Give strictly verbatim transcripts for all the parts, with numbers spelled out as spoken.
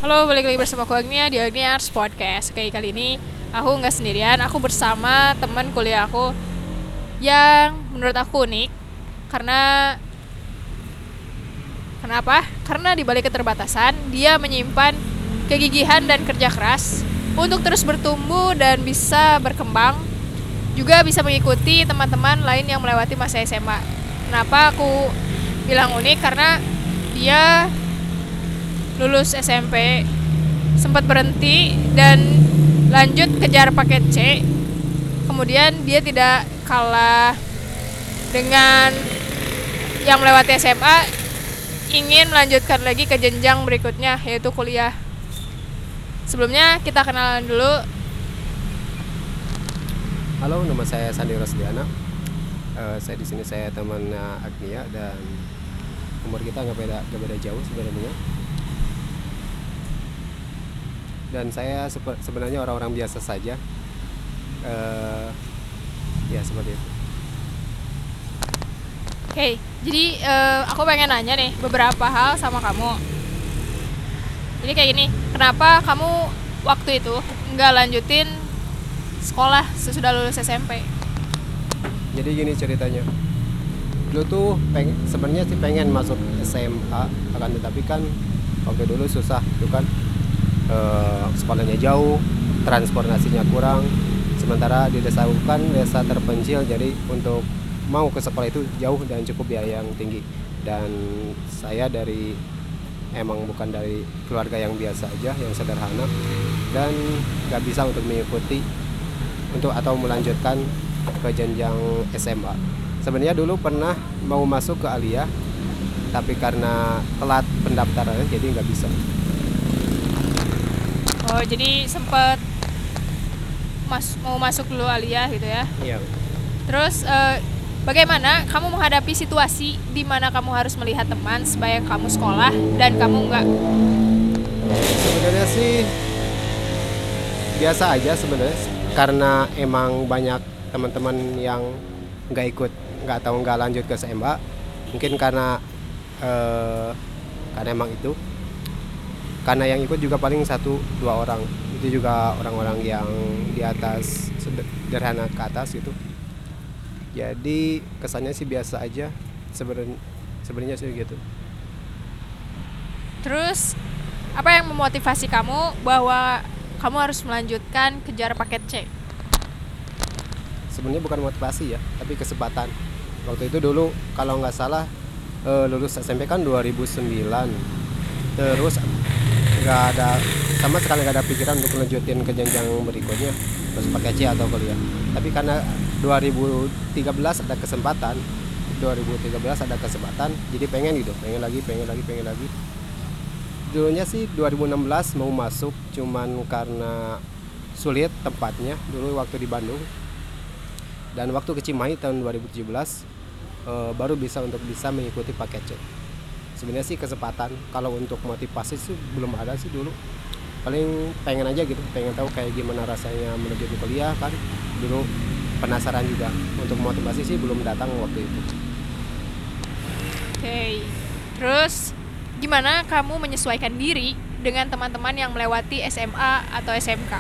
Halo, balik lagi bersama aku Agnia di Agniars Podcast. Oke, kali ini aku nggak sendirian, aku bersama teman kuliah aku yang menurut aku unik. Karena Kenapa? Karena di balik keterbatasan, dia menyimpan kegigihan dan kerja keras untuk terus bertumbuh dan bisa berkembang, juga bisa mengikuti teman-teman lain yang melewati masa S M A. Kenapa aku bilang unik? Karena dia lulus S M P, sempat berhenti dan lanjut kejar paket C. Kemudian dia tidak kalah dengan yang melewati S M A, ingin melanjutkan lagi ke jenjang berikutnya, yaitu kuliah. Sebelumnya kita kenalan dulu. Halo, nama saya Sandi Rosdiana. Uh, saya di sini saya temannya Agnia dan umur kita nggak beda nggak beda jauh sebenarnya. Dan saya sep- sebenarnya orang-orang biasa saja. Uh, ya seperti itu. Oke, okay, jadi uh, aku pengen nanya nih beberapa hal sama kamu. Jadi kayak gini, kenapa kamu waktu itu nggak lanjutin sekolah sesudah lulus S M P? Jadi gini ceritanya. Dulu tuh peng- sebenarnya sih pengen masuk S M A, akan tetapi kan waktu dulu susah, tuh kan uh, sekolahnya jauh, transportasinya kurang. Sementara di desa aku kan desa terpencil, jadi untuk mau ke sekolah itu jauh dan cukup biaya yang tinggi. Dan saya dari emang bukan dari keluarga yang biasa aja, yang sederhana, dan gak bisa untuk mengikuti untuk atau melanjutkan ke jenjang S M A. Sebenarnya dulu pernah mau masuk ke Aliyah, tapi karena telat pendaftarannya jadi nggak bisa. Oh, jadi sempet mas mau masuk dulu Aliyah gitu ya? Iya. Terus uh, bagaimana kamu menghadapi situasi di mana kamu harus melihat teman sebaya kamu sekolah dan kamu enggak? Sebenarnya sih biasa aja sebenarnya, karena emang banyak teman-teman yang nggak ikut, nggak tahu nggak lanjut ke S M A. Mungkin karena eh, karena emang itu, karena yang ikut juga paling satu dua orang, itu juga orang-orang yang di atas sederhana ke atas gitu. Jadi kesannya sih biasa aja sebenarnya sebenarnya sih gitu. Terus apa yang memotivasi kamu bahwa kamu harus melanjutkan kejar paket C? Sebenarnya bukan motivasi ya, tapi kesempatan. Waktu itu dulu kalau nggak salah eh, lulus S M P kan dua ribu sembilan, terus nggak ada sama sekali nggak ada pikiran untuk lanjutin ke jenjang berikutnya, terus pakai C atau kuliah. Tapi karena dua ribu tiga belas ada kesempatan, dua ribu tiga belas ada kesempatan, jadi pengen gitu, pengen lagi, pengen lagi, pengen lagi. Dulunya sih dua ribu enam belas mau masuk, cuman karena sulit tempatnya dulu waktu di Bandung. Dan waktu ke Cimahi tahun dua ribu tujuh belas e, baru bisa untuk bisa mengikuti paket C. Sebenarnya sih kesempatan, kalau untuk motivasi sih belum ada sih dulu. Paling pengen aja gitu, pengen tahu kayak gimana rasanya menuju ke kuliah kan. Dulu penasaran juga, untuk motivasi sih belum datang waktu itu. Oke, okay. Terus gimana kamu menyesuaikan diri dengan teman-teman yang melewati S M A atau S M K?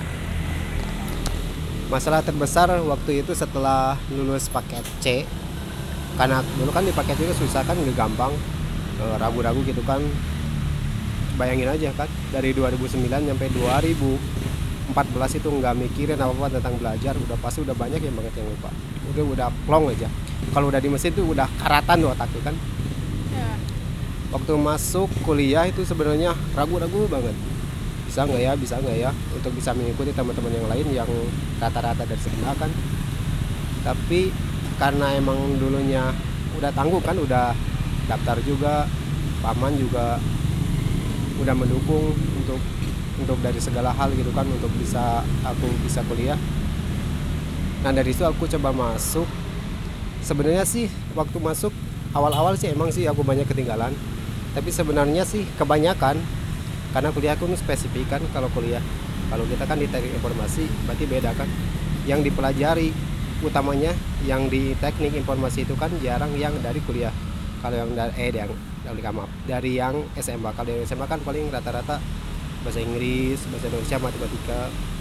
Masalah terbesar waktu itu setelah lulus paket C, karena dulu kan di paket itu susah kan, gak gampang, e, ragu-ragu gitu kan. Bayangin aja kan, dari dua ribu sembilan sampai dua ribu empat belas itu nggak mikirin apa-apa tentang belajar, udah pasti udah banyak yang banget yang lupa, udah udah plong aja. Kalau udah di mesin tuh udah karatan tuh otak tuh kan. Ya. Waktu masuk kuliah itu sebenarnya ragu-ragu banget, bisa nggak ya, bisa nggak ya untuk bisa mengikuti teman-teman yang lain yang rata-rata dari sana kan. Tapi karena emang dulunya udah tangguh kan, udah daftar juga, paman juga udah mendukung untuk untuk dari segala hal gitu kan, untuk bisa aku bisa kuliah. Nah dari situ aku coba masuk. Sebenarnya sih waktu masuk awal-awal sih emang sih aku banyak ketinggalan, tapi sebenarnya sih kebanyakan karena kuliah aku spesifik kan. Kalau kuliah, kalau kita kan di teknik informasi berarti beda kan, yang dipelajari utamanya yang di teknik informasi itu kan jarang yang dari kuliah. Kalau yang dari eh yang dari maaf dari yang S M A, kalau yang S M A kan paling rata-rata bahasa Inggris, bahasa Indonesia, matematika.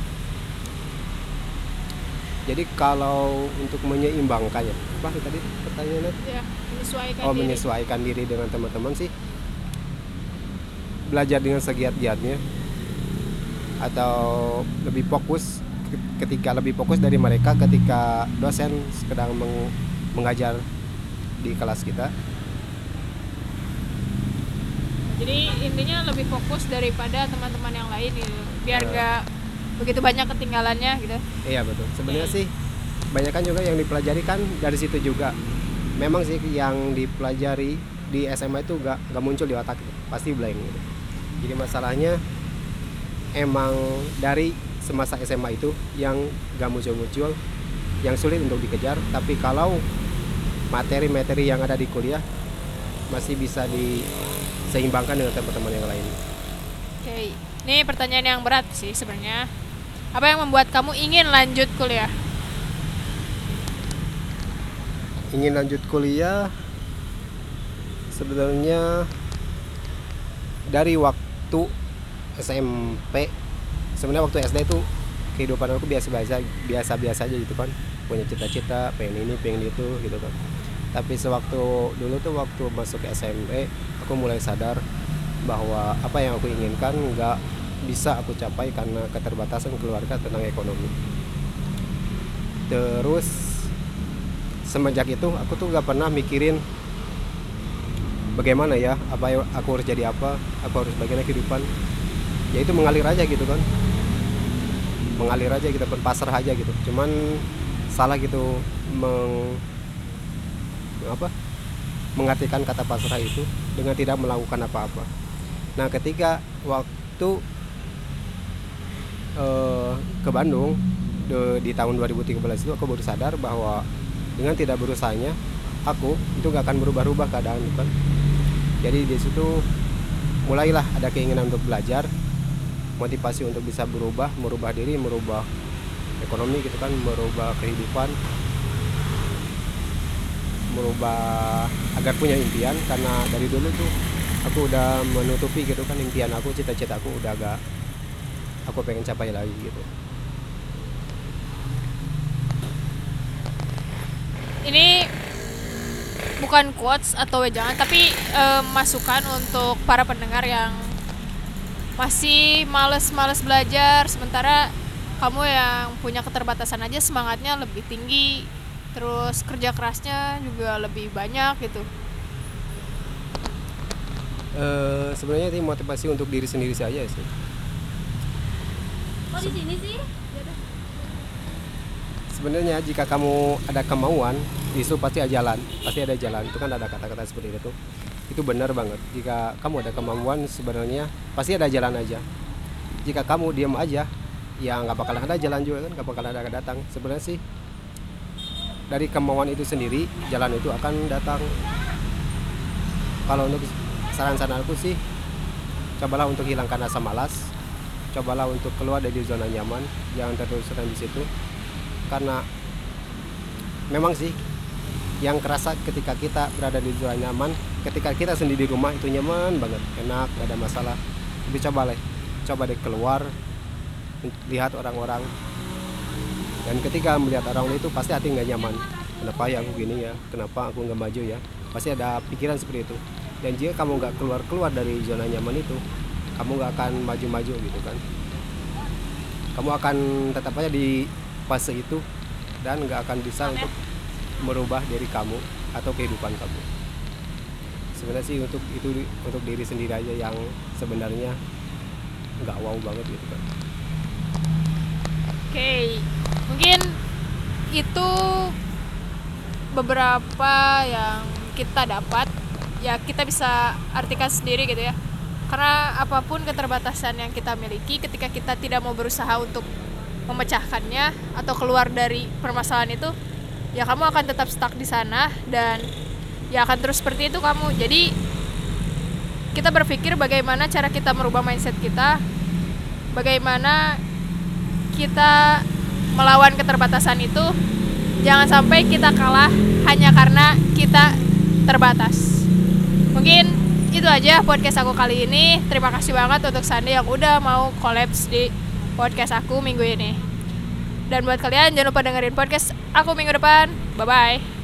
Jadi kalau untuk menyeimbangkannya, apa tadi pertanyaannya? Ya, menyesuaikan Oh, diri. menyesuaikan diri dengan teman-teman sih, belajar dengan segiat-giatnya atau lebih fokus ketika lebih fokus dari mereka ketika dosen sedang meng- mengajar di kelas kita. Jadi intinya lebih fokus daripada teman-teman yang lain gitu, biar Eh. nggak begitu banyak ketinggalannya gitu. Iya betul. Sebenarnya sih banyak kan juga yang dipelajari kan dari situ juga. Memang sih yang dipelajari di S M A itu gak, gak muncul di otak gitu. Pasti blank gitu. Jadi masalahnya emang dari semasa S M A itu yang gak muncul-muncul, yang sulit untuk dikejar. Tapi kalau materi-materi yang ada di kuliah masih bisa diseimbangkan dengan teman-teman yang lain. Oke, ini pertanyaan yang berat sih sebenarnya. Apa yang membuat kamu ingin lanjut kuliah? Ingin lanjut kuliah sebenarnya dari waktu S M P. Sebenarnya waktu S D itu kehidupan aku biasa-biasa biasa-biasa aja gitu kan, punya cita-cita pengen ini pengen itu gitu kan. Tapi sewaktu dulu tuh waktu masuk S M P aku mulai sadar bahwa apa yang aku inginkan nggak bisa aku capai karena keterbatasan keluarga tentang ekonomi. Terus semenjak itu aku tuh nggak pernah mikirin bagaimana ya, apa yang aku harus jadi apa, aku harus bagaimana kehidupan. Ya itu mengalir aja gitu kan, mengalir aja kita berpasrah aja gitu. Cuman salah gitu meng apa mengartikan kata pasrah itu dengan tidak melakukan apa-apa. Nah ketika waktu eh, ke Bandung de, di tahun dua ribu tiga belas itu aku baru sadar bahwa dengan tidak berusahanya aku itu gak akan berubah-ubah keadaan kan. Jadi di situ mulailah ada keinginan untuk belajar, motivasi untuk bisa berubah, merubah diri, merubah ekonomi gitu kan, merubah kehidupan, merubah agar punya impian. Karena dari dulu tuh aku udah menutupi gitu kan impian aku, cita-cita aku udah agak aku pengen capai lagi gitu. Ini bukan quotes atau wejangan, tapi eh, masukan untuk para pendengar yang masih males-males belajar, sementara kamu yang punya keterbatasan aja semangatnya lebih tinggi, terus kerja kerasnya juga lebih banyak gitu. Eh, sebenarnya ini motivasi untuk diri sendiri saja sih. Kok di sini sih? Sebenarnya jika kamu ada kemauan, itu pasti ada jalan, pasti ada jalan. Itu kan ada kata-kata seperti itu. Itu benar banget. Jika kamu ada kemauan, sebenarnya pasti ada jalan aja. Jika kamu diam aja, ya nggak bakalan ada jalan juga kan, nggak bakalan ada datang. Sebenarnya sih dari kemauan itu sendiri, jalan itu akan datang. Kalau untuk saran-saran aku sih, cobalah untuk hilangkan rasa malas, cobalah untuk keluar dari zona nyaman, jangan terus-terusan di situ. Karena memang sih yang kerasa ketika kita berada di zona nyaman, ketika kita sendiri di rumah itu nyaman banget, enak, gak ada masalah. Tapi coba deh, coba deh keluar, lihat orang-orang, dan ketika melihat orang itu pasti hati nggak nyaman. Kenapa ya aku gini ya, kenapa aku nggak maju ya, pasti ada pikiran seperti itu. Dan jika kamu nggak keluar-keluar dari zona nyaman itu, kamu nggak akan maju-maju gitu kan. Kamu akan tetap aja di fase itu dan nggak akan bisa untuk merubah diri kamu atau kehidupan kamu. Sebenarnya sih untuk itu untuk diri sendiri aja yang sebenarnya nggak wow banget gitu kan. Oke, mungkin itu beberapa yang kita dapat, ya kita bisa artikan sendiri gitu ya. Karena apapun keterbatasan yang kita miliki, ketika kita tidak mau berusaha untuk memecahkannya atau keluar dari permasalahan itu, ya kamu akan tetap stuck di sana dan ya akan terus seperti itu kamu. Jadi kita berpikir bagaimana cara kita merubah mindset kita, bagaimana kita melawan keterbatasan itu. Jangan sampai kita kalah hanya karena kita terbatas. Mungkin itu aja podcast aku kali ini. Terima kasih banget untuk Sandi yang udah mau collabs di podcast aku minggu ini. Dan buat kalian jangan lupa dengerin podcast aku minggu depan. Bye-bye.